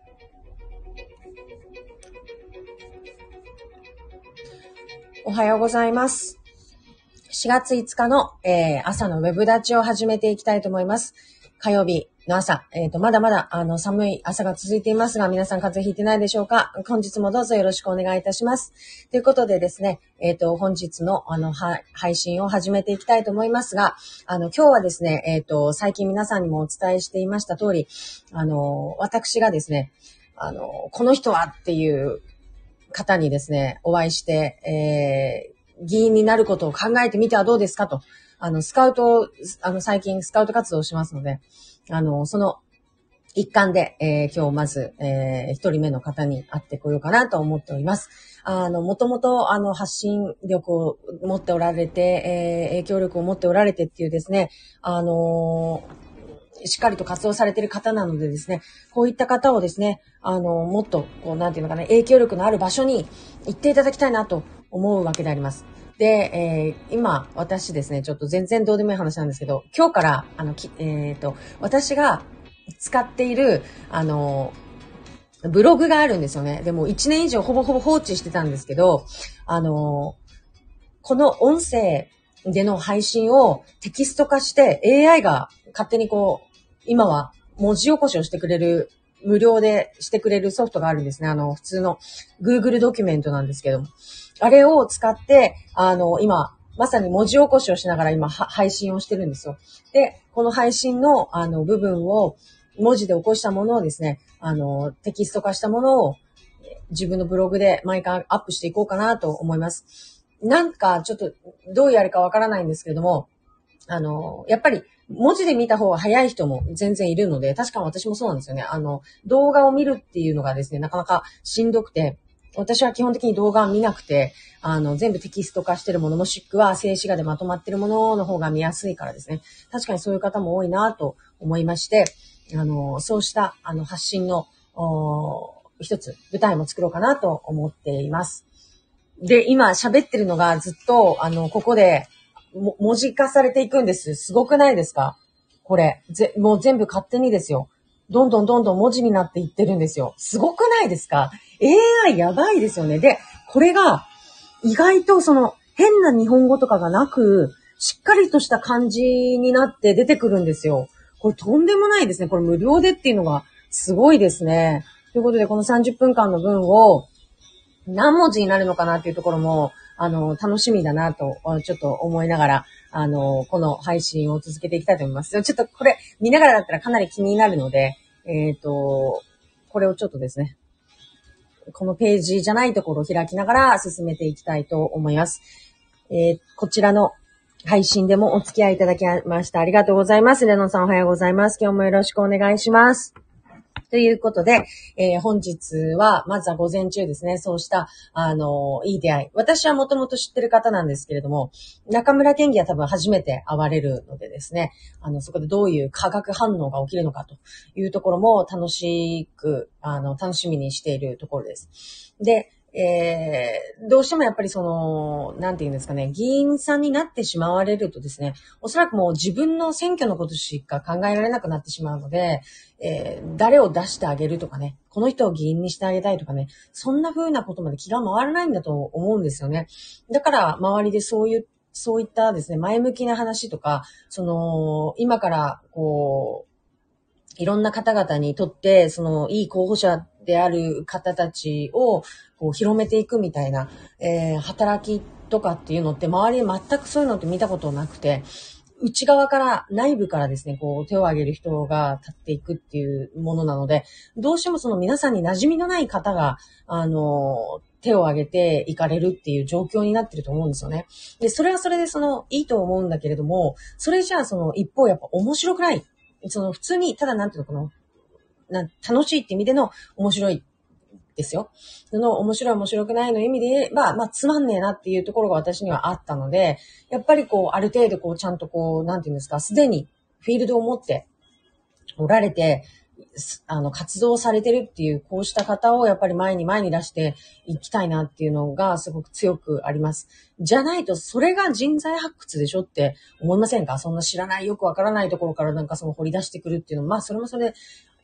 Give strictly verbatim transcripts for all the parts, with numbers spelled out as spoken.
おはようございます。しがついつかの、えー、朝のウェブ立ちを始めていきたいと思います。火曜日の朝、えっと、まだまだあの寒い朝が続いていますが、皆さん風邪ひいてないでしょうか？本日もどうぞよろしくお願いいたします。ということでですね、えっと、本日のあの、は、配信を始めていきたいと思いますが、あの、今日はですね、えっと、最近皆さんにもお伝えしていました通り、あの、私がですね、あの、この人はっていう方にですね、お会いして、えー、議員になることを考えてみてはどうですかと、あの、スカウト、あの、最近スカウト活動をしますので、あの、その一環で、えー、今日まず、えー、一人目の方に会ってこようかなと思っております。あの、もともと、あの、発信力を持っておられて、えー、影響力を持っておられてっていうですね、あのー、しっかりと活動されている方なのでですね、こういった方をですね、あの、もっと、こう、なんていうのかな、影響力のある場所に行っていただきたいなと思うわけであります。で、えー、今、私ですね、ちょっと全然どうでもいい話なんですけど、今日から、あの、きえっと、私が使っている、あの、ブログがあるんですよね。でも、いちねん以上ほぼほぼ放置してたんですけど、あの、この音声での配信をテキスト化して エーアイ が勝手にこう、今は文字起こしをしてくれる、無料でしてくれるソフトがあるんですね。あの、普通の Google ドキュメントなんですけども。あれを使って、あの、今、まさに文字起こしをしながら今、配信をしてるんですよ。で、この配信の、あの、部分を、文字で起こしたものをですね、あの、テキスト化したものを、自分のブログで毎回アップしていこうかなと思います。なんか、ちょっと、どうやるかわからないんですけれども、あの、やっぱり、文字で見た方が早い人も全然いるので、確か私もそうなんですよね。あの、動画を見るっていうのがですね、なかなかしんどくて、私は基本的に動画は見なくて、あの、全部テキスト化してるもの、もしくは静止画でまとまってるものの方が見やすいからですね。確かにそういう方も多いなと思いまして、あの、そうした、あの、発信の、一つ、舞台も作ろうかなと思っています。で、今喋ってるのがずっと、あの、ここで、も文字化されていくんです。すごくないですか？これ。ぜ、もう全部勝手にですよ。どんどんどんどん文字になっていってるんですよ。すごくないですか？ エーアイ やばいですよね。で、これが意外とその変な日本語とかがなく、しっかりとした漢字になって出てくるんですよ。これとんでもないですね。これ無料でっていうのがすごいですね。ということで、このさんじゅっぷんかんの分を何文字になるのかなっていうところも、あの、楽しみだなと、ちょっと思いながら、あの、この配信を続けていきたいと思います。ちょっとこれ見ながらだったらかなり気になるので、えっと、これをちょっとですね、このページじゃないところを開きながら進めていきたいと思います。えー、こちらの配信でもお付き合いいただきましたありがとうございます。レノンさんおはようございます。今日もよろしくお願いします。ということで、えー、本日は、まずは午前中ですね、そうした、あのー、いい出会い。私はもともと知ってる方なんですけれども、中村健義は多分初めて会われるのでですね、あの、そこでどういう化学反応が起きるのかというところも楽しく、あの、楽しみにしているところです。で、えー、どうしてもやっぱりその、なんていうんですかね、議員さんになってしまわれるとですね、おそらくもう自分の選挙のことしか考えられなくなってしまうので、えー、誰を出してあげるとかね、この人を議員にしてあげたいとかね、そんな風なことまで気が回らないんだと思うんですよね。だから周りでそういう、そういったですね、前向きな話とか、その、今からこう、いろんな方々にとって、その、いい候補者である方たちを、こう、広めていくみたいな、えー、働きとかっていうのって、周りで全くそういうのって見たことなくて、内側から、内部からですね、こう、手を挙げる人が立っていくっていうものなので、どうしてもその皆さんに馴染みのない方が、あの、手を挙げていかれるっていう状況になってると思うんですよね。で、それはそれでその、いいと思うんだけれども、それじゃあその、一方やっぱ面白くない。その普通に、ただなんていうの、この、な楽しいって意味での面白いですよ。その面白い面白くないの意味で言えば、まあつまんねえなっていうところが私にはあったので、やっぱりこう、ある程度こう、ちゃんとこう、なんていうんですか、すでにフィールドを持っておられて、あの、活動されてるっていう、こうした方をやっぱり前に前に出していきたいなっていうのがすごく強くあります。じゃないと、それが人材発掘でしょって思いませんか？そんな知らない、よくわからないところからなんかその掘り出してくるっていうのも、まあそれもそれ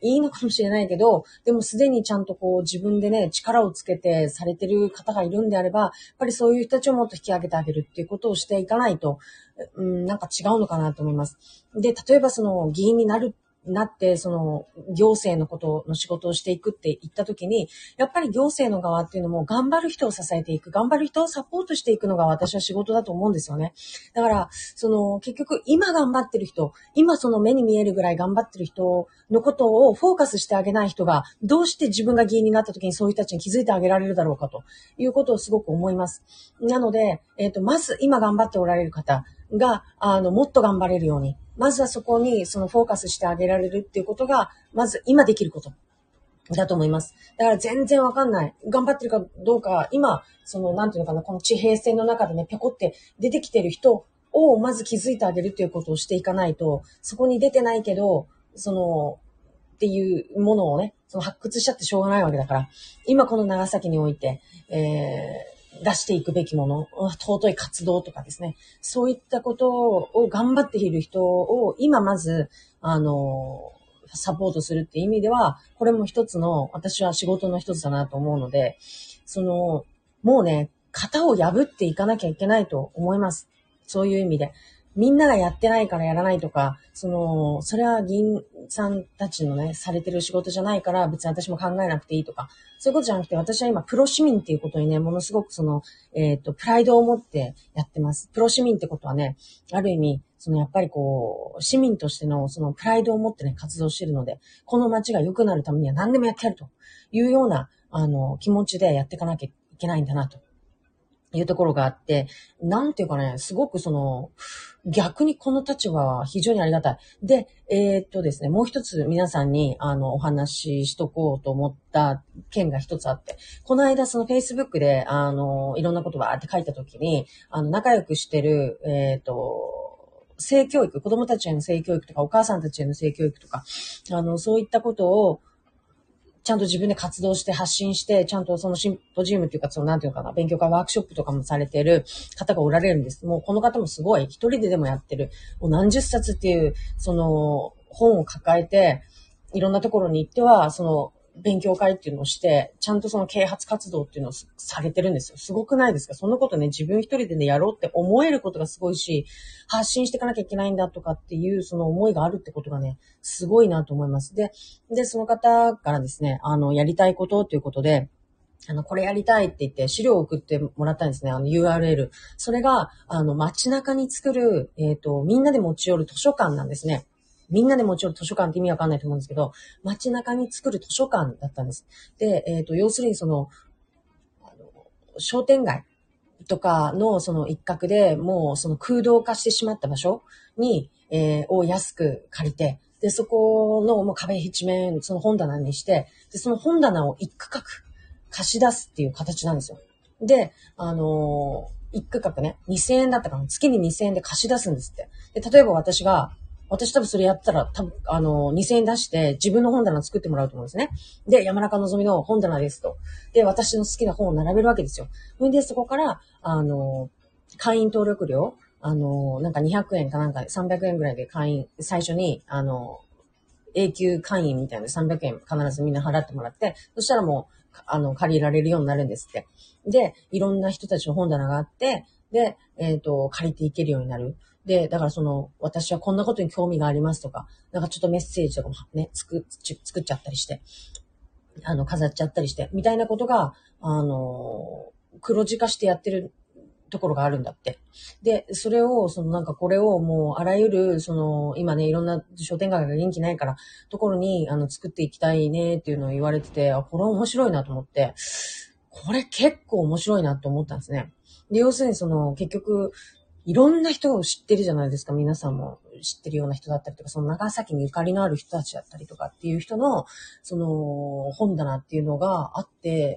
いいのかもしれないけど、でもすでにちゃんとこう自分でね、力をつけてされてる方がいるんであれば、やっぱりそういう人たちをもっと引き上げてあげるっていうことをしていかないと、うん、なんか違うのかなと思います。で、例えばその議員になるなって、その行政のことの仕事をしていくって言ったときに、やっぱり行政の側っていうのも頑張る人を支えていく、頑張る人をサポートしていくのが私は仕事だと思うんですよね。だから、その結局今頑張ってる人、今その目に見えるぐらい頑張ってる人のことをフォーカスしてあげない人が、どうして自分が議員になった時にそういう人たちに気づいてあげられるだろうかということをすごく思います。なので、えっと、まず今頑張っておられる方が、あの、もっと頑張れるように、まずはそこにそのフォーカスしてあげられるっていうことが、まず今できることだと思います。だから全然わかんない。頑張ってるかどうか、今、その、なんていうのかな、この地平線の中でね、ぴょこって出てきてる人をまず気づいてあげるっていうことをしていかないと、そこに出てないけど、その、っていうものをね、その発掘しちゃってしょうがないわけだから、今この長崎において、えー、出していくべきもの、尊い活動とかですね、そういったことを頑張っている人を今まず、あの、サポートするっていう意味では、これも一つの、私は仕事の一つだなと思うので、その、もうね、型を破っていかなきゃいけないと思います。そういう意味で。みんながやってないからやらないとか、その、それは議員さんたちのね、されてる仕事じゃないから別に私も考えなくていいとか、そういうことじゃなくて、私は今プロ市民っていうことにね、ものすごくその、えっと、プライドを持ってやってます。プロ市民ってことはね、ある意味、そのやっぱりこう、市民としてのそのプライドを持ってね、活動しているので、この街が良くなるためには何でもやってやるというような、あの、気持ちでやっていかなきゃいけないんだなと。いうところがあって、なんていうかね、すごくその、逆にこの立場は非常にありがたい。で、えー、っとですね、もう一つ皆さんに、あの、お話ししとこうと思った件が一つあって、この間その Facebook で、あの、いろんなことばーって書いたときに、あの、仲良くしてる、えー、っと、性教育、子供たちへの性教育とか、お母さんたちへの性教育とか、あの、そういったことを、ちゃんと自分で活動して発信して、ちゃんとそのシンポジウムっていうか、そのなんていうのかな、勉強会ワークショップとかもされてる方がおられるんです。もうこの方もすごい、一人ででもやってる。もう何十冊っていう、その本を抱えて、いろんなところに行っては、その勉強会っていうのをして、ちゃんとその啓発活動っていうのをされてるんですよ。すごくないですか？そのことね、自分一人でね、やろうって思えることがすごいし、発信していかなきゃいけないんだとかっていう、その思いがあるってことがね、すごいなと思います。で、で、その方からですね、あの、やりたいことということで、あの、これやりたいって言って資料を送ってもらったんですね。あの ユーアールエル。それが、あの、街中に作る、えっと、みんなで持ち寄る図書館なんですね。みんなで持ち寄る図書館って意味わかんないと思うんですけど、街中に作る図書館だったんです。で、えっと、要するにその、あの商店街とかのその一角でもうその空洞化してしまった場所に、えー、を安く借りて、で、そこのもう壁一面、その本棚にして、で、その本棚を一区画貸し出すっていう形なんですよ。で、あのー、一区画ね、にせんえんだったかな、月ににせんえんで貸し出すんですって。で、例えば私が、私多分それやったら、多分、あのー、にせんえん出して自分の本棚作ってもらうと思うんですね。で、山中のぞみの本棚ですと。で、私の好きな本を並べるわけですよ。で、そこから、あのー、会員登録料、あのー、なんかにひゃくえんかなんかさんびゃくえんぐらいで会員、最初に、あのー、永久会員みたいなさんびゃくえん必ずみんな払ってもらって、そしたらもう、あの、借りられるようになるんですって。で、いろんな人たちの本棚があって、で、えっと、借りていけるようになる。で、だからその、私はこんなことに興味がありますとか、なんかちょっとメッセージとかもね、作、作っちゃったりして、あの、飾っちゃったりして、みたいなことが、あの、黒字化してやってるところがあるんだって。で、それを、そのなんかこれをもうあらゆる、その、今ね、いろんな商店街が元気ないから、ところに、あの、作っていきたいねっていうのを言われてて、あ、これ面白いなと思って、これ結構面白いなと思ったんですね。で、要するにその、結局、いろんな人を知ってるじゃないですか。皆さんも知ってるような人だったりとか、その長崎にゆかりのある人たちだったりとかっていう人の、その、本棚っていうのがあって、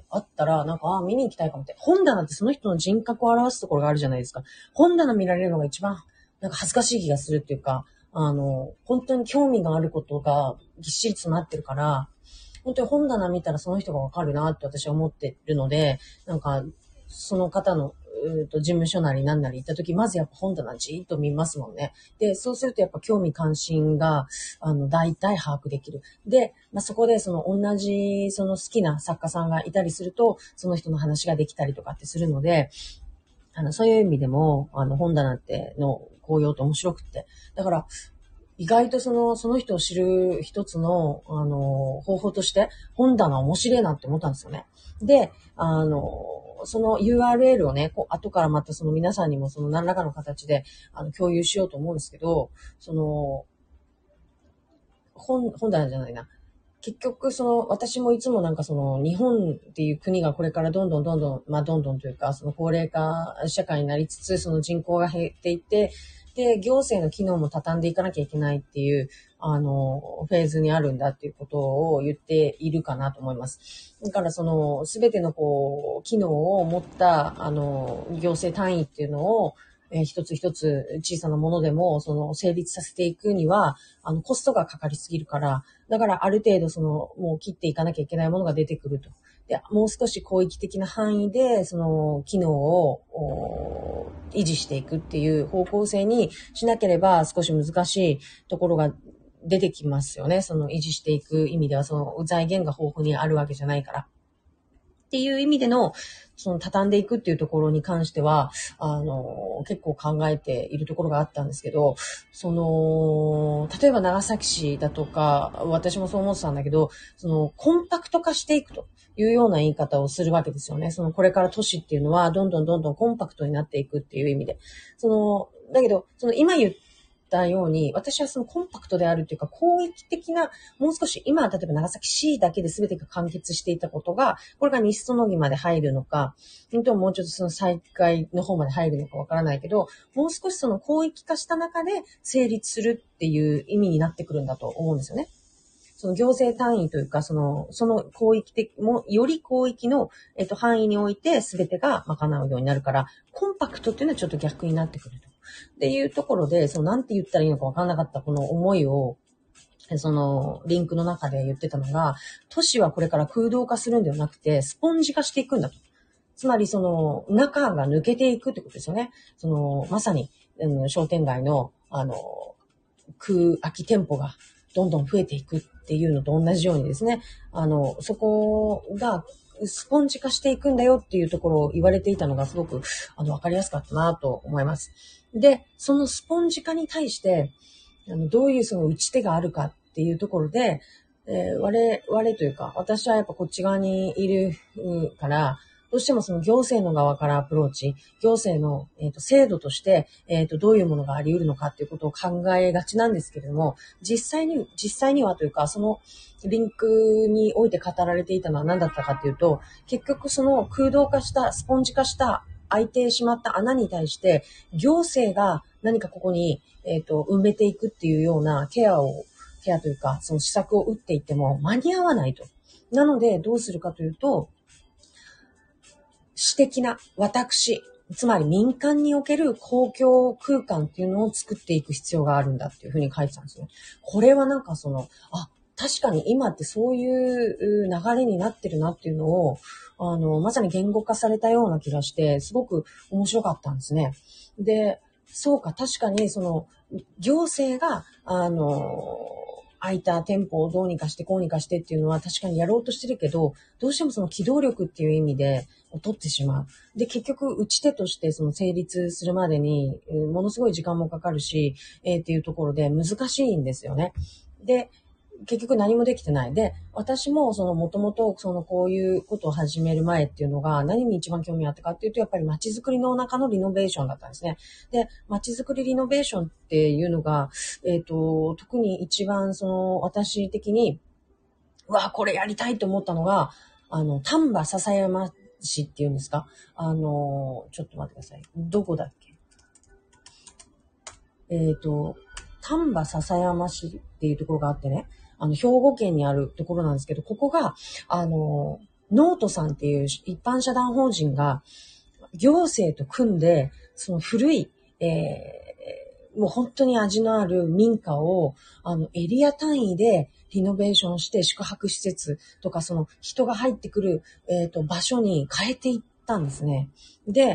あったら、なんか、あ、見に行きたいかもって。本棚ってその人の人格を表すところがあるじゃないですか。本棚見られるのが一番、なんか恥ずかしい気がするっていうか、あの、本当に興味があることがぎっしり詰まってるから、本当に本棚見たらその人がわかるなって私は思ってるので、なんか、その方のうーと事務所なりなんなり行った時、まずやっぱ本棚じーっと見ますもんね。で、そうするとやっぱ興味関心が、あの、大体把握できる。で、まあ、そこでその同じ、その好きな作家さんがいたりすると、その人の話ができたりとかってするので、あの、そういう意味でも、あの、本棚っての紅葉って面白くって。だから、意外とその、その人を知る一つの、あの、方法として、本棚面白いなって思ったんですよね。で、あの、その ユーアールエル をね、こう後からまたその皆さんにもその何らかの形で、あの、共有しようと思うんですけど、その、本、本棚じゃないな。結局、その、私もいつもなんかその、日本っていう国がこれからどんどんどんどん、まあどんどんというか、その高齢化社会になりつつ、その人口が減っていって、で、行政の機能も畳んでいかなきゃいけないっていう、あの、フェーズにあるんだっていうことを言っているかなと思います。だからその、すべてのこう、機能を持った、あの、行政単位っていうのを、えー一つ一つ小さなものでも、その、成立させていくには、あの、コストがかかりすぎるから、だからある程度その、もう切っていかなきゃいけないものが出てくると。で、もう少し広域的な範囲で、その、機能を維持していくっていう方向性にしなければ少し難しいところが出てきますよね。その維持していく意味では、その財源が豊富にあるわけじゃないから。っていう意味での、その畳んでいくっていうところに関しては、あの、結構考えているところがあったんですけど、その、例えば長崎市だとか、私もそう思ってたんだけど、その、コンパクト化していくというような言い方をするわけですよね。その、これから都市っていうのは、どんどんどんどんコンパクトになっていくっていう意味で。その、だけど、その、今言ったように、私はそのコンパクトであるっていうか、広域的な、もう少し、今、例えば長崎市だけで全てが完結していたことが、これが西園木まで入るのか、本当はもうちょっとその再開の方まで入るのかわからないけど、もう少しその広域化した中で成立するっていう意味になってくるんだと思うんですよね。その行政単位というか、その、その広域的、も、より広域の、えっと、範囲において全てが賄うようになるから、コンパクトっていうのはちょっと逆になってくると。っていうところで、その、なんて言ったらいいのかわからなかったこの思いを、その、リンクの中で言ってたのが、都市はこれから空洞化するんではなくて、スポンジ化していくんだと。つまり、その、中が抜けていくってことですよね。その、まさに、うん、商店街の、あの、空、空き店舗がどんどん増えていくっていうのと同じようにですね、あの、そこが、スポンジ化していくんだよっていうところを言われていたのがすごく、あの、わかりやすかったなと思います。で、そのスポンジ化に対して、あの、どういうその打ち手があるかっていうところで、えー、我々というか、私はやっぱこっち側にいるから、どうしてもその行政の側からアプローチ、行政の、えー、と制度として、えー、とどういうものがあり得るのかっていうことを考えがちなんですけれども、実際に、実際にはというか、そのリンクにおいて語られていたのは何だったかっていうと、結局その空洞化した、スポンジ化した開いてしまった穴に対して、行政が何かここに、えっと、埋めていくっていうようなケアを、ケアというか、その施策を打っていっても間に合わないと。なので、どうするかというと、私的な私、つまり民間における公共空間っていうのを作っていく必要があるんだっていうふうに書いてたんですね。これはなんかその、あ、確かに今ってそういう流れになってるなっていうのを、あの、まさに言語化されたような気がして、すごく面白かったんですね。で、そうか、確かにその、行政が、あの、空いた店舗をどうにかしてこうにかしてっていうのは確かにやろうとしてるけど、どうしてもその機動力っていう意味で劣ってしまう。で、結局、打ち手としてその成立するまでに、ものすごい時間もかかるし、えー、っていうところで難しいんですよね。で、結局何もできてない。で、私もそのもともとそのこういうことを始める前っていうのが何に一番興味あったかっていうとやっぱり街づくりの中のリノベーションだったんですね。で、街づくりリノベーションっていうのが、えっと、特に一番その私的に、うわ、これやりたいと思ったのが、あの、丹波篠山市っていうんですか？あの、ちょっと待ってください。どこだっけ？えっと、丹波篠山市っていうところがあってね、あの、兵庫県にあるところなんですけど、ここが、あの、ノートさんっていう一般社団法人が、行政と組んで、その古い、えー、もう本当に味のある民家を、あの、エリア単位でリノベーションして宿泊施設とか、その人が入ってくる、えっと、場所に変えていったんですね。で、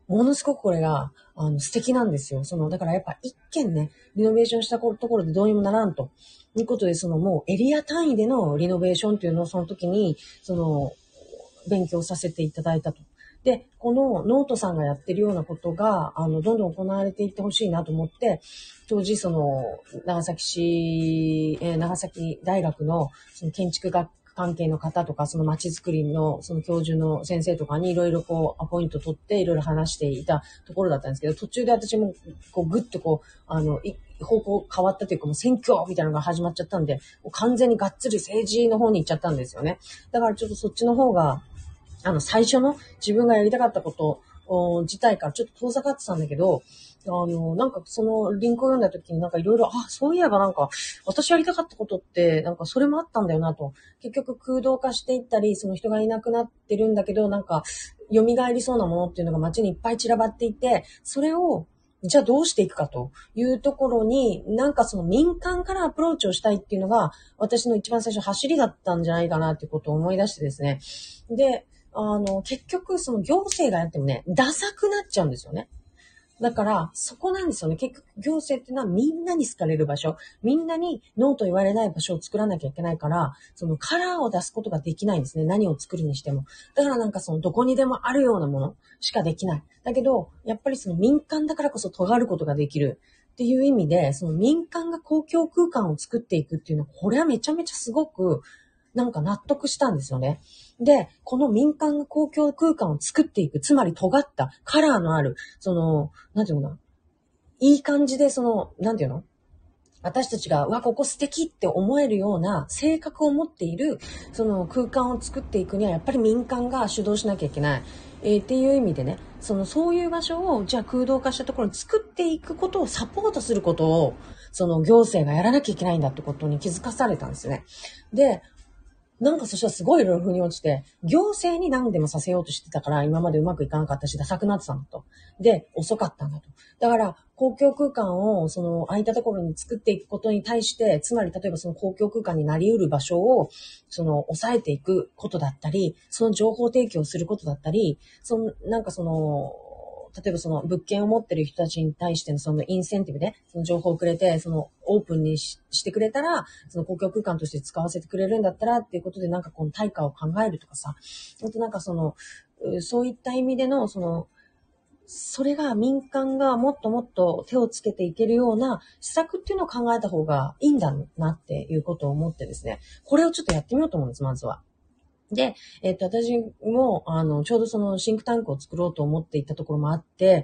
ものすごくこれが、あの、素敵なんですよ。その、だからやっぱ一軒ね、リノベーションしたところでどうにもならんと。いうことで、そのもうエリア単位でのリノベーションっていうのをその時に、その、勉強させていただいたと。で、このノートさんがやってるようなことが、あの、どんどん行われていってほしいなと思って、当時、その、長崎市、えー、長崎大学の、その建築学関係の方とか、その街づくりの、その教授の先生とかにいろいろこう、アポイント取っていろいろ話していたところだったんですけど、途中で私も、こう、ぐっとこう、あの、方向変わったというか、もう選挙みたいなのが始まっちゃったんで、もう完全にがっつり政治の方に行っちゃったんですよね。だからちょっとそっちの方が、あの、最初の自分がやりたかったこと自体からちょっと遠ざかってたんだけど、あの、なんかそのリンクを読んだ時になんかいろいろ、あ、そういえばなんか私やりたかったことってなんかそれもあったんだよなと。結局空洞化していったり、その人がいなくなってるんだけど、なんか蘇りそうなものっていうのが街にいっぱい散らばっていて、それをじゃあどうしていくかというところに、なんかその民間からアプローチをしたいっていうのが私の一番最初走りだったんじゃないかなっていうことを思い出してですね。で、あの、結局、その行政がやってもね、ダサくなっちゃうんですよね。だから、そこなんですよね。結局、行政っていうのはみんなに好かれる場所、みんなにノーと言われない場所を作らなきゃいけないから、そのカラーを出すことができないんですね。何を作るにしても。だからなんかそのどこにでもあるようなものしかできない。だけど、やっぱりその民間だからこそ尖ることができる。っていう意味で、その民間が公共空間を作っていくっていうのは、これはめちゃめちゃすごく、なんか納得したんですよね。で、この民間が公共空間を作っていく、つまり尖ったカラーのある、その、なんていうのかな、いい感じで、その、なんていうの私たちが、うわ、ここ素敵って思えるような性格を持っている、その空間を作っていくには、やっぱり民間が主導しなきゃいけない。えー、っていう意味でね、その、そういう場所を、じゃあ空洞化したところに作っていくことをサポートすることを、その行政がやらなきゃいけないんだってことに気づかされたんですよね。で、なんかそしたらすごいいろいろ腑に落ちて、行政に何でもさせようとしてたから、今までうまくいかなかったし、ダサくなってたんだと。で、遅かったんだと。だから、公共空間を、その、空いたところに作っていくことに対して、つまり、例えばその公共空間になり得る場所を、その、抑えていくことだったり、その情報提供することだったり、その、なんかその、例えばその物件を持ってる人たちに対してのそのインセンティブで、その情報をくれて、そのオープンに し, してくれたら、その公共空間として使わせてくれるんだったらっていうことで、なんかこの対価を考えるとかさ、あとなんかその、そういった意味での、その、それが民間がもっともっと手をつけていけるような施策っていうのを考えた方がいいんだなっていうことを思ってですね、これをちょっとやってみようと思うんです、まずは。で、えっと、私も、あの、ちょうどそのシンクタンクを作ろうと思っていたところもあって、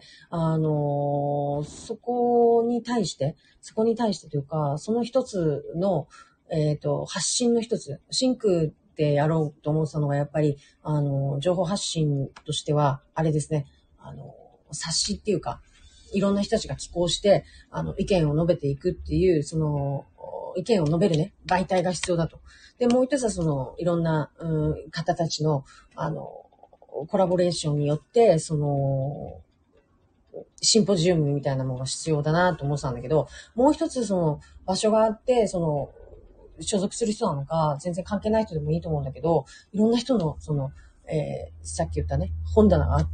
あの、そこに対して、そこに対してというか、その一つの、えっと、発信の一つ、シンクでやろうと思ってたのが、やっぱり、あの、情報発信としては、あれですね、あの、冊子っていうか、いろんな人たちが寄稿して、あの、意見を述べていくっていう、その、意見を述べるね、媒体が必要だと。で、もう一つはその、いろんな、うん、方たちの、あの、コラボレーションによって、その、シンポジウムみたいなものが必要だなと思ってたんだけど、もう一つその、場所があって、その、所属する人なのか、全然関係ない人でもいいと思うんだけど、いろんな人の、その、えー、さっき言ったね、本棚があって、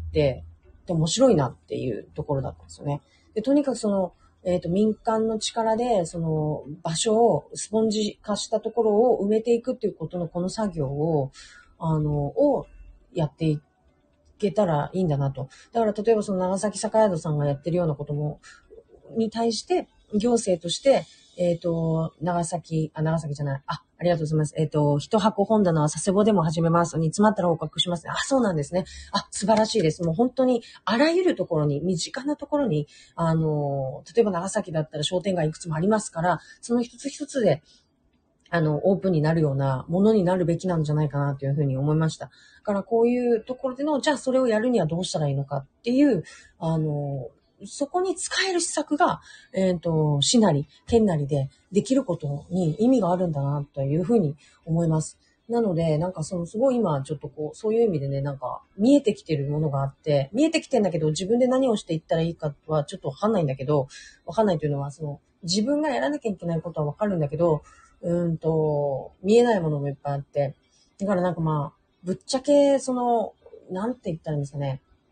で面白いなっていうところだったんですよね。で、とにかくその、えっと、民間の力で、その、場所をスポンジ化したところを埋めていくっていうことのこの作業を、あの、をやっていけたらいいんだなと。だから例えばその長崎坂宿さんがやってるようなことも、に対して、行政として、えっと、長崎、あ、長崎じゃない、あ、ありがとうございます。えっと、一箱本棚は佐世保でも始めます。煮詰まったら報告しますね。あ、そうなんですね。あ、素晴らしいです。もう本当に、あらゆるところに、身近なところに、あの、例えば長崎だったら商店街いくつもありますから、その一つ一つで、あの、オープンになるようなものになるべきなんじゃないかなというふうに思いました。だからこういうところでの、じゃあそれをやるにはどうしたらいいのかっていう、あの、そこに使える施策が、えっと、市なり、県なりでできることに意味があるんだなというふうに思います。なので、なんかそのすごい今ちょっとこう、そういう意味でね、なんか見えてきてるものがあって、見えてきてんだけど自分で何をしていったらいいかはちょっとわかんないんだけど、わかんないというのはその自分がやらなきゃいけないことはわかるんだけど、うーんと、見えないものもいっぱいあって、だからなんかまあ、ぶっちゃけその、なんて言ったらいいんですかね、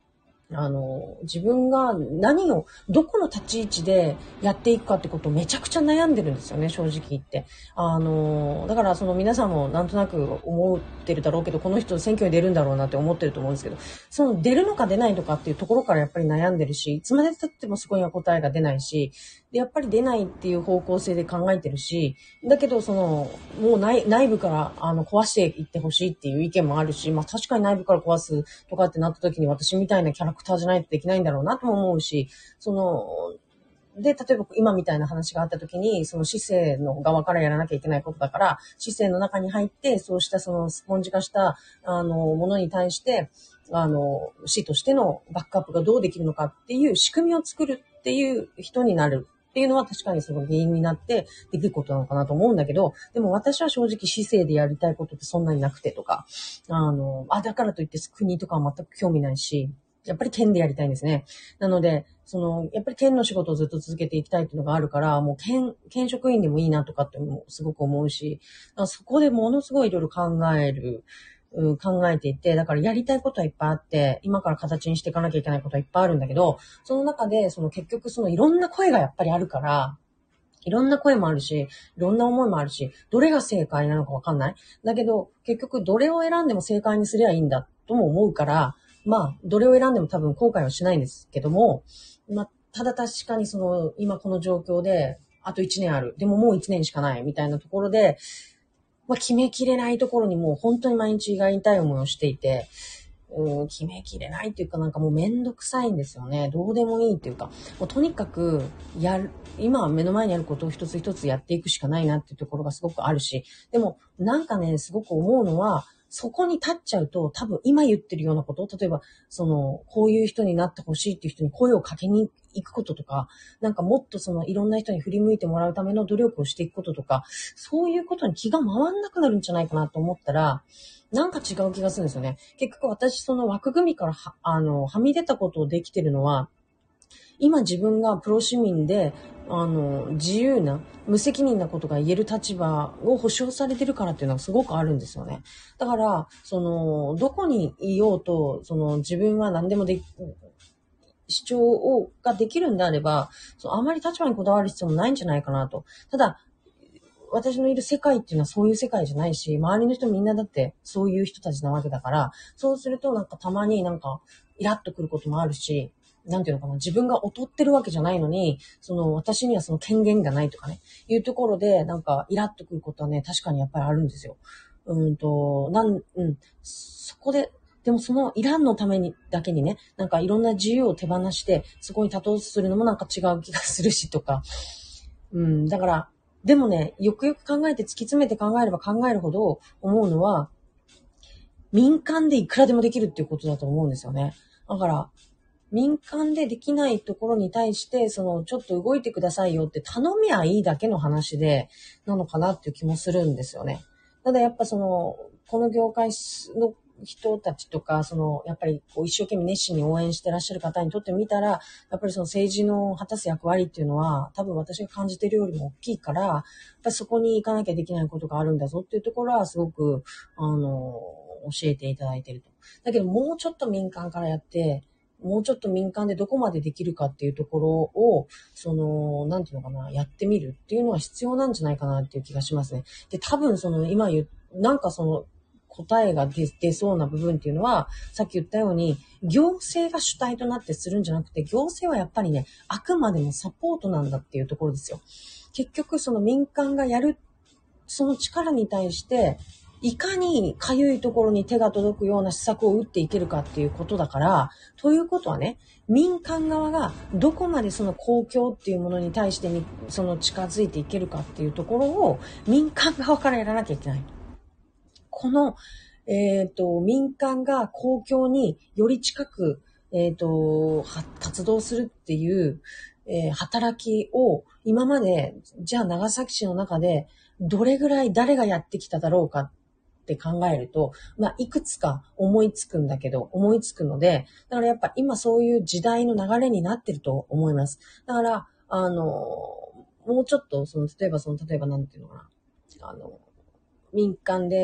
あの、自分が何を、どこの立ち位置でやっていくかってことをめちゃくちゃ悩んでるんですよね、正直言って。あの、だからその皆さんもなんとなく思ってるだろうけど、この人選挙に出るんだろうなって思ってると思うんですけど、その出るのか出ないのかっていうところからやっぱり悩んでるし、いつまで経ってもそこには答えが出ないし、で、やっぱり出ないっていう方向性で考えてるし、だけどその、もう内内部からあの壊していってほしいっていう意見もあるし、まあ確かに内部から壊すとかってなった時に私みたいなキャラクターじゃないとできないんだろうなとも思うし、その、で、例えば今みたいな話があった時に、その市政の側からやらなきゃいけないことだから、市政の中に入って、そうしたそのスポンジ化した、あの、ものに対して、あの、市としてのバックアップがどうできるのかっていう仕組みを作るっていう人になる。っていうのは確かにその原因になってできることなのかなと思うんだけど、でも私は正直市政でやりたいことってそんなになくてとか、あの、あ、だからといって国とかは全く興味ないし、やっぱり県でやりたいんですね。なので、その、やっぱり県の仕事をずっと続けていきたいっていうのがあるから、もう県、県職員でもいいなとかってもすごく思うし、そこでものすごいいろいろ考える、うん、考えていて、だからやりたいことはいっぱいあって、今から形にしていかなきゃいけないことはいっぱいあるんだけど、その中で、その結局そのいろんな声がやっぱりあるから、いろんな声もあるし、いろんな思いもあるし、どれが正解なのかわかんない。だけど、結局どれを選んでも正解にすりゃいいんだとも思うから、まあ、どれを選んでも多分後悔はしないんですけども、まあ、ただ確かにその、今この状況で、あといちねんある。でももういちねんしかないみたいなところで、まあ、決めきれないところにもう本当に毎日胃が痛い思いをしていて、うん、決めきれないっていうかなんかもうめんどくさいんですよね。どうでもいいっていうか、もうとにかくやる、今目の前にあることを一つ一つやっていくしかないなっていうところがすごくあるし、でもなんかね、すごく思うのは、そこに立っちゃうと多分今言ってるようなこと、例えばその、こういう人になってほしいっていう人に声をかけに行くこととか、なんかもっとそのいろんな人に振り向いてもらうための努力をしていくこととか、そういうことに気が回んなくなるんじゃないかなと思ったら、なんか違う気がするんですよね。結局私その枠組みからは、あの、はみ出たことをできてるのは、今自分がプロ市民で、あの、自由な、無責任なことが言える立場を保障されてるからっていうのはすごくあるんですよね。だから、その、どこにいようと、その自分は何でもでき、主張をができるんであれば、そのあまり立場にこだわる必要もないんじゃないかなと。ただ、私のいる世界っていうのはそういう世界じゃないし、周りの人みんなだってそういう人たちなわけだから、そうするとなんかたまになんかイラッとくることもあるし、なんていうのかな、自分が劣ってるわけじゃないのに、その私にはその権限がないとかね、いうところでなんかイラッとくることはね、確かにやっぱりあるんですよ。うんと、なん、うん、そこで、でもそのイランのためにだけにね、なんかいろんな自由を手放して、そこに立とうとするのもなんか違う気がするしとか、うん、だから、でもね、よくよく考えて突き詰めて考えれば考えるほど思うのは、民間でいくらでもできるっていうことだと思うんですよね。だから、民間でできないところに対して、その、ちょっと動いてくださいよって頼みはいいだけの話で、なのかなっていう気もするんですよね。ただやっぱその、この業界の人たちとか、その、やっぱりこう一生懸命熱心に応援してらっしゃる方にとってみたら、やっぱりその政治の果たす役割っていうのは、多分私が感じているよりも大きいから、やっぱりそこに行かなきゃできないことがあるんだぞっていうところは、すごく、あの、教えていただいていると。だけど、もうちょっと民間からやって、もうちょっと民間でどこまでできるかっていうところを、その、なんていうのかな、やってみるっていうのは必要なんじゃないかなっていう気がしますね。で、多分その、今言う、なんかその、答えが 出, 出そうな部分っていうのは、さっき言ったように、行政が主体となってするんじゃなくて、行政はやっぱりね、あくまでもサポートなんだっていうところですよ。結局その民間がやる、その力に対して、いかにかゆいところに手が届くような施策を打っていけるかっていうことだから、ということはね、民間側がどこまでその公共っていうものに対してその近づいていけるかっていうところを民間側からやらなきゃいけない。この、えっと、民間が公共により近く、えっと、活動するっていう、えー、働きを今まで、じゃあ長崎市の中でどれぐらい誰がやってきただろうかって考えると、まあ、いくつか思いつくんだけど、思いつくので、だからやっぱ今そういう時代の流れになってると思います。だから、あの、もうちょっと、その、例えばその、例えばなんていうのかな、あの、民間で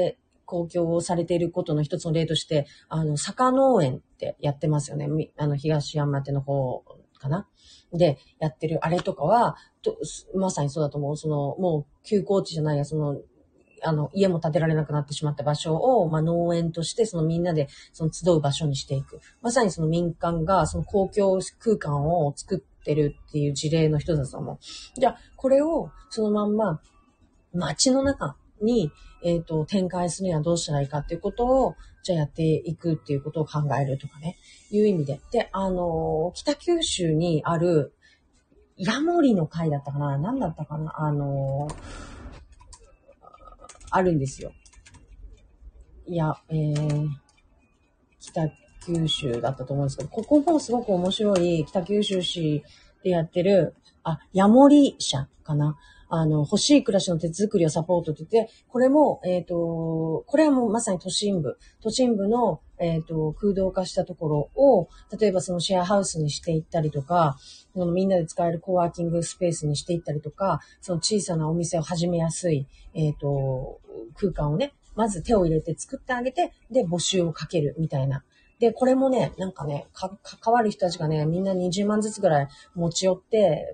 公共されていることの一つの例として、あの、坂農園ってやってますよね。あの、東山手の方かなで、やってるあれとかは、とまさにそうだと思う。その、もう休耕地じゃないや、その、あの、家も建てられなくなってしまった場所を、まあ、農園として、そのみんなで、その集う場所にしていく。まさにその民間が、その公共空間を作ってるっていう事例の一つだと思う。じゃあ、これを、そのまんま、街の中に、えっと、展開するにはどうしたらいいかっていうことを、じゃあやっていくっていうことを考えるとかね、いう意味で。で、あの、北九州にある、ヤモリの会だったかな何だったかなあの、あるんですよ。いや、えー、北九州だったと思うんですけど、ここもすごく面白い北九州市でやってる、あ、ヤモリ社かな。あの、欲しい暮らしの手作りをサポートって言って、これも、えっと、これはもうまさに都心部、都心部の、えっと、空洞化したところを、例えばそのシェアハウスにしていったりとか、そのみんなで使えるコワーキングスペースにしていったりとか、その小さなお店を始めやすい、えっと、空間をね、まず手を入れて作ってあげて、で、募集をかけるみたいな。で、これもね、なんかね、か、関わる人たちがね、みんなにじゅうまんずつぐらい持ち寄って、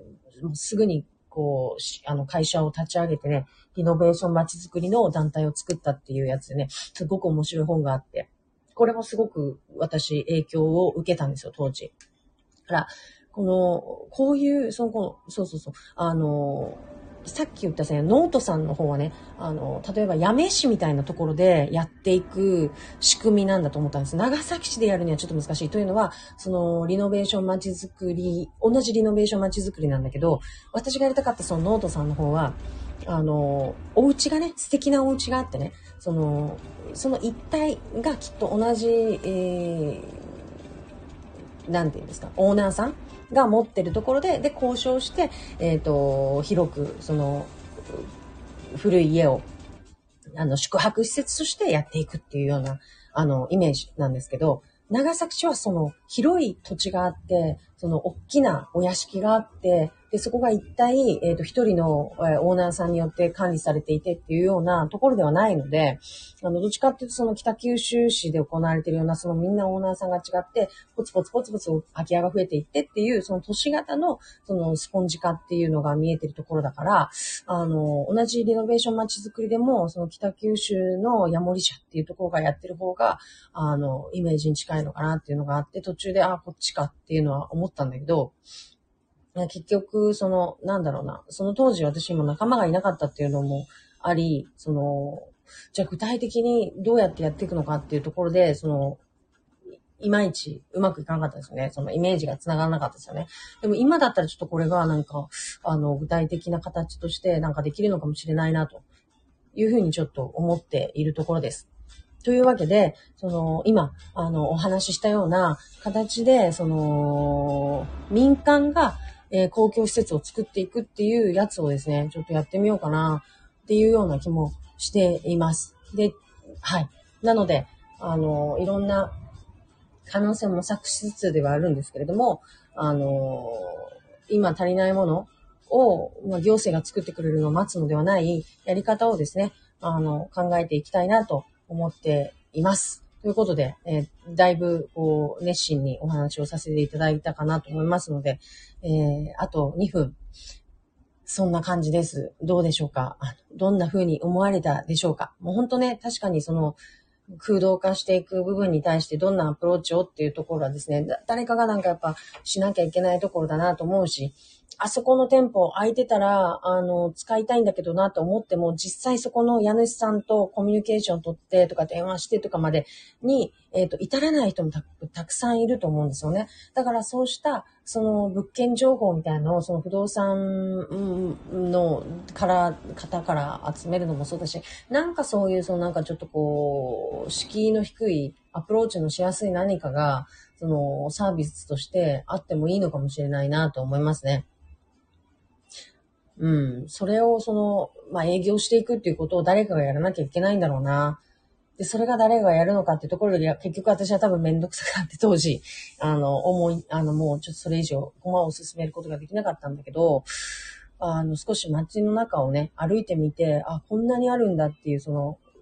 もうすぐに、こう、あの、会社を立ち上げてね、リノベーション街づくりの団体を作ったっていうやつでね、すごく面白い本があって、これもすごく私影響を受けたんですよ、当時。だから、この、こういう、その、この、そうそうそう、あの、さっき言ったさ、ノートさんの方はね、あの、例えば八女市みたいなところでやっていく仕組みなんだと思ったんです。長崎市でやるにはちょっと難しい。というのは、その、リノベーション街づくり、同じリノベーション街づくりなんだけど、私がやりたかったそのノートさんの方は、あの、お家がね、素敵なお家があってね、その、その一帯がきっと同じ、えー、なんていうんですか、オーナーさんが持ってるところで、で、交渉して、えっと、広く、その、古い家を、あの、宿泊施設としてやっていくっていうような、あの、イメージなんですけど、長崎市はその広い土地があって、その大きなお屋敷があって、で、そこが一体、えっと、一人の、えー、オーナーさんによって管理されていてっていうようなところではないので、あの、どっちかっていうとその北九州市で行われているような、そのみんなオーナーさんが違って、ポツポツポツポツ空き家が増えていってっていう、その都市型の、そのスポンジ化っていうのが見えてるところだから、あの、同じリノベーション街づくりでも、その北九州のヤモリ社っていうところがやってる方が、あの、イメージに近いのかなっていうのがあって、途中で、あ、こっちかっていうのは思ったんだけど、結局、その、なんだろうな、その当時私も仲間がいなかったっていうのもあり、その、じゃあ具体的にどうやってやっていくのかっていうところで、その、いまいちうまくいかなかったですよね。そのイメージが繋がらなかったですよね。でも今だったらちょっとこれがなんか、あの、具体的な形としてなんかできるのかもしれないなというふうにちょっと思っているところです。というわけで、その、今、あの、お話ししたような形で、その、民間が、えー公共施設を作っていくっていうやつをですね、ちょっとやってみようかなっていうような気もしています。で、はい。なので、あの、いろんな可能性を模索しつつではあるんですけれども、あの、今足りないものを、まあ、行政が作ってくれるのを待つのではないやり方をですね、あの、考えていきたいなと思っています。ということで、えー、だいぶ、こう、熱心にお話をさせていただいたかなと思いますので、えー、あとにふん、そんな感じです。どうでしょうか？どんな風に思われたでしょうか？もう本当ね、確かにその、空洞化していく部分に対してどんなアプローチをっていうところはですね、誰かがなんかやっぱしなきゃいけないところだなと思うし、あそこの店舗空いてたら、あの、使いたいんだけどなと思っても、実際そこの家主さんとコミュニケーション取ってとか電話してとかまでに、えっと、至らない人もた、たくさんいると思うんですよね。だからそうした、その物件情報みたいなのを、その不動産のから、方から集めるのもそうだし、なんかそういう、そのなんかちょっとこう、敷居の低い、アプローチのしやすい何かが、そのサービスとしてあってもいいのかもしれないなと思いますね。うん。それをその、まあ、営業していくっていうことを誰かがやらなきゃいけないんだろうな。で、それが誰がやるのかっていうところで、結局私は多分めんどくさくなって当時、あの、思い、あの、もうちょっとそれ以上、駒を進めることができなかったんだけど、あの、少し街の中をね、歩いてみて、あ、こんなにあるんだっていう、その、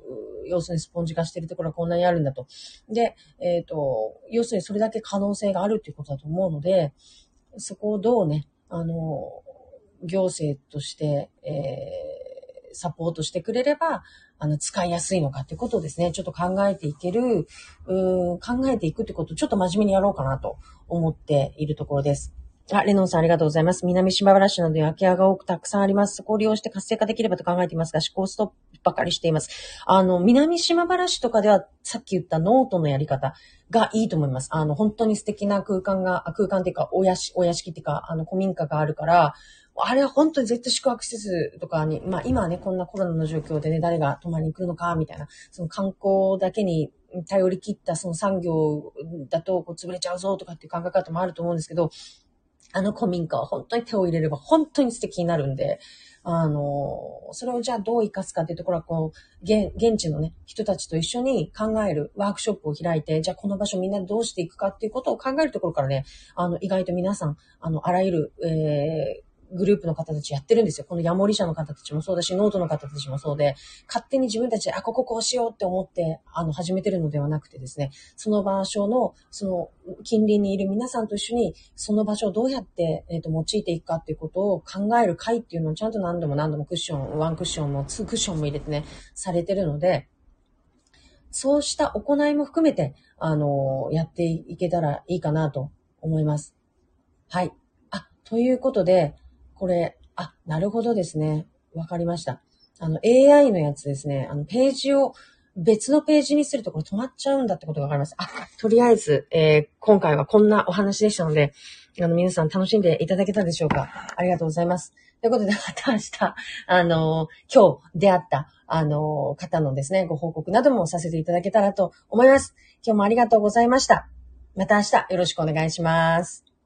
要するにスポンジ化してるところはこんなにあるんだと。で、えっと、要するにそれだけ可能性があるっていうことだと思うので、そこをどうね、あの、行政として、えー、サポートしてくれれば、あの、使いやすいのかっていうことをですね、ちょっと考えていける、うーん、考えていくってことをちょっと真面目にやろうかなと思っているところです。あ、レノンさんありがとうございます。南島原市などで空き家が多くたくさんあります。そこを利用して活性化できればと考えていますが、思考ストップばかりしています。あの、南島原市とかでは、さっき言ったノートのやり方がいいと思います。あの、本当に素敵な空間が、空間っていうか、お屋敷、お屋敷っていうか、あの、古民家があるから、あれは本当に絶対宿泊施設とかに、まあ今はね、こんなコロナの状況でね、誰が泊まりに来るのか、みたいな、その観光だけに頼り切ったその産業だとこう潰れちゃうぞとかっていう考え方もあると思うんですけど、あの古民家は本当に手を入れれば本当に素敵になるんで、あの、それをじゃあどう活かすかっていうところは、こう、現、現地のね、人たちと一緒に考えるワークショップを開いて、じゃあこの場所みんなでどうしていくかっていうことを考えるところからね、あの、意外と皆さん、あの、あらゆる、えー、グループの方たちやってるんですよ。このヤモリ社の方たちもそうだし、ノートの方たちもそうで、勝手に自分たちで、あ、こここうしようって思って、あの、始めてるのではなくてですね、その場所の、その、近隣にいる皆さんと一緒に、その場所をどうやって、えっと、用いていくかっていうことを考える会っていうのをちゃんと何度も何度もクッション、ワンクッションもツークッションも入れてね、されてるので、そうした行いも含めて、あの、やっていけたらいいかなと思います。はい。あ、ということで、これ、あ、なるほどですね。わかりました。あの、エーアイ のやつですね。あの、ページを別のページにするとこれ止まっちゃうんだってことがわかりました。あ、とりあえず、えー、今回はこんなお話でしたので、あの、皆さん楽しんでいただけたでしょうか。ありがとうございます。ということで、また明日、あの、今日出会った、あの、方のですね、ご報告などもさせていただけたらと思います。今日もありがとうございました。また明日よろしくお願いします。